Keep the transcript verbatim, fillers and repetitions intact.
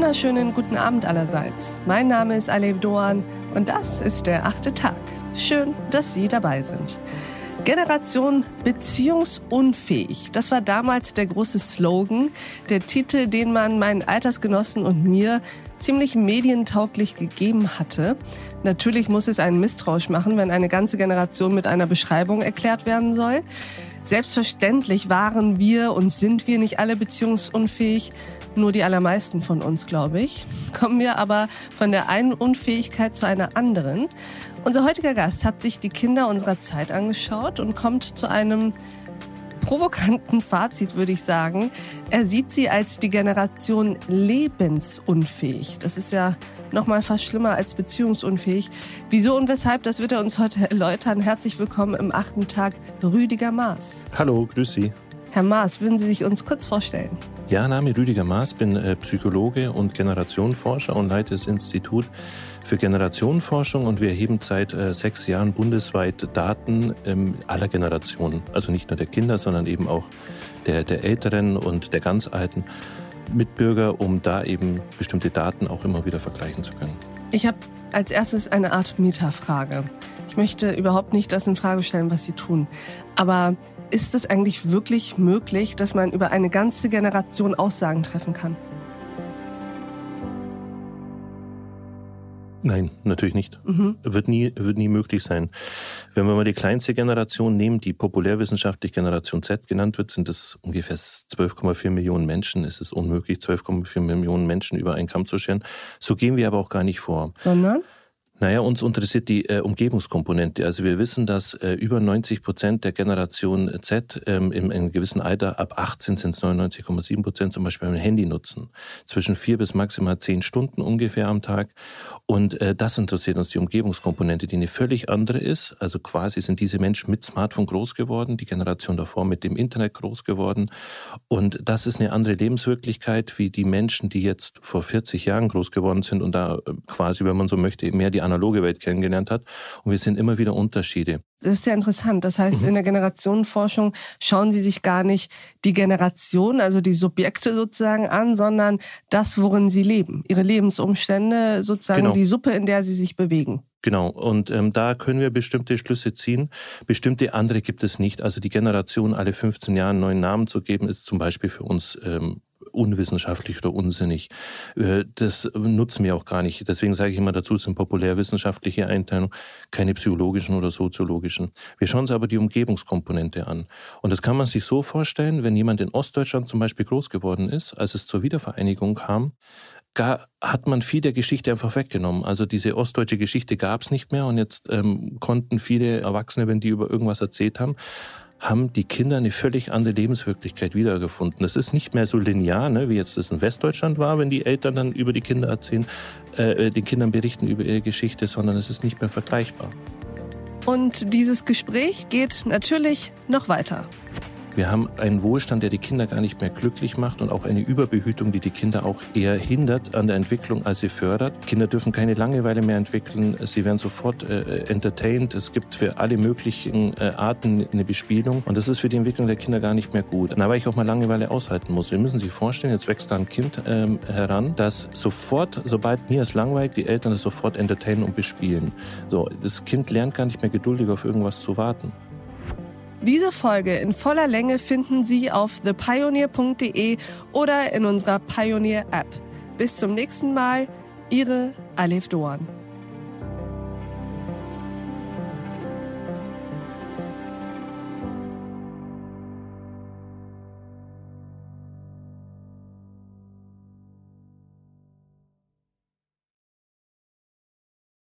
wunderschönen guten Abend allerseits. Mein Name ist Alef Doan und das ist der achte Tag. Schön, dass Sie dabei sind. Generation beziehungsunfähig. Das war damals der große Slogan, der Titel, den man meinen Altersgenossen und mir ziemlich medientauglich gegeben hatte. Natürlich muss es einen Misstrauisch machen, wenn eine ganze Generation mit einer Beschreibung erklärt werden soll. Selbstverständlich waren wir und sind wir nicht alle beziehungsunfähig, nur die allermeisten von uns, glaube ich. Kommen wir aber von der einen Unfähigkeit zu einer anderen. Unser heutiger Gast hat sich die Kinder unserer Zeit angeschaut und kommt zu einem provokanten Fazit, würde ich sagen. Er sieht sie als die Generation lebensunfähig. Das ist ja noch mal fast schlimmer als beziehungsunfähig. Wieso und weshalb, das wird er uns heute erläutern. Herzlich willkommen im achten Tag, Rüdiger Maaß. Hallo, grüß Sie. Herr Maaß, würden Sie sich uns kurz vorstellen? Ja, Name Rüdiger Maaß, bin äh, Psychologe und Generationenforscher und leite das Institut für Generationenforschung, und wir erheben seit äh, sechs Jahren bundesweit Daten ähm, aller Generationen. Also nicht nur der Kinder, sondern eben auch der, der Älteren und der ganz alten Mitbürger, um da eben bestimmte Daten auch immer wieder vergleichen zu können. Ich habe als erstes eine Art Metafrage. Ich möchte überhaupt nicht das in Frage stellen, was Sie tun. Aber ist es eigentlich wirklich möglich, dass man über eine ganze Generation Aussagen treffen kann? Nein, natürlich nicht. Mhm. Wird nie, wird nie möglich sein. Wenn wir mal die kleinste Generation nehmen, die populärwissenschaftlich Generation Z genannt wird, sind das ungefähr zwölf Komma vier Millionen Menschen. Es ist unmöglich, zwölf Komma vier Millionen Menschen über einen Kamm zu scheren. So gehen wir aber auch gar nicht vor. Sondern? Naja, uns interessiert die äh, Umgebungskomponente. Also wir wissen, dass äh, über neunzig Prozent der Generation Z ähm, in einem gewissen Alter, ab achtzehn sind es neunundneunzig Komma sieben Prozent, zum Beispiel ein Handy nutzen. Zwischen vier bis maximal zehn Stunden ungefähr am Tag. Und äh, das interessiert uns, die Umgebungskomponente, die eine völlig andere ist. Also quasi sind diese Menschen mit Smartphone groß geworden, die Generation davor mit dem Internet groß geworden. Und das ist eine andere Lebenswirklichkeit, wie die Menschen, die jetzt vor vierzig Jahren groß geworden sind und da äh, quasi, wenn man so möchte, mehr die analoge Welt kennengelernt hat. Und wir sehen immer wieder Unterschiede. Das ist ja interessant. Das heißt, mhm. in der Generationenforschung schauen Sie sich gar nicht die Generation, also die Subjekte sozusagen an, sondern das, worin sie leben. Ihre Lebensumstände, sozusagen genau. Die Suppe, in der sie sich bewegen. Genau, und ähm, da können wir bestimmte Schlüsse ziehen. Bestimmte andere gibt es nicht. Also die Generation, alle fünfzehn Jahre einen neuen Namen zu geben, ist zum Beispiel für uns ähm, unwissenschaftlich oder unsinnig. Das nutzen wir auch gar nicht. Deswegen sage ich immer dazu, es sind populärwissenschaftliche Einteilungen, keine psychologischen oder soziologischen. Wir schauen uns aber die Umgebungskomponente an. Und das kann man sich so vorstellen, wenn jemand in Ostdeutschland zum Beispiel groß geworden ist, als es zur Wiedervereinigung kam, gar hat man viel der Geschichte einfach weggenommen. Also diese ostdeutsche Geschichte gab es nicht mehr, und jetzt ähm, konnten viele Erwachsene, wenn die über irgendwas erzählt haben, haben die Kinder eine völlig andere Lebenswirklichkeit wiedergefunden. Das ist nicht mehr so linear, ne, wie jetzt das in Westdeutschland war, wenn die Eltern dann über die Kinder erzählen, äh, den Kindern berichten über ihre Geschichte, sondern es ist nicht mehr vergleichbar. Und dieses Gespräch geht natürlich noch weiter. Wir haben einen Wohlstand, der die Kinder gar nicht mehr glücklich macht, und auch eine Überbehütung, die die Kinder auch eher hindert an der Entwicklung, als sie fördert. Kinder dürfen keine Langeweile mehr entwickeln, sie werden sofort äh, entertained. Es gibt für alle möglichen äh, Arten eine Bespielung, und das ist für die Entwicklung der Kinder gar nicht mehr gut. Na, weil ich auch mal Langeweile aushalten muss. Wir müssen sich vorstellen, jetzt wächst da ein Kind ähm, heran, das sofort, sobald mir es langweilt, die Eltern es sofort entertainen und bespielen. So, das Kind lernt gar nicht mehr geduldig auf irgendwas zu warten. Diese Folge in voller Länge finden Sie auf the pioneer punkt de oder in unserer Pioneer App. Bis zum nächsten Mal, Ihre Alef Doan.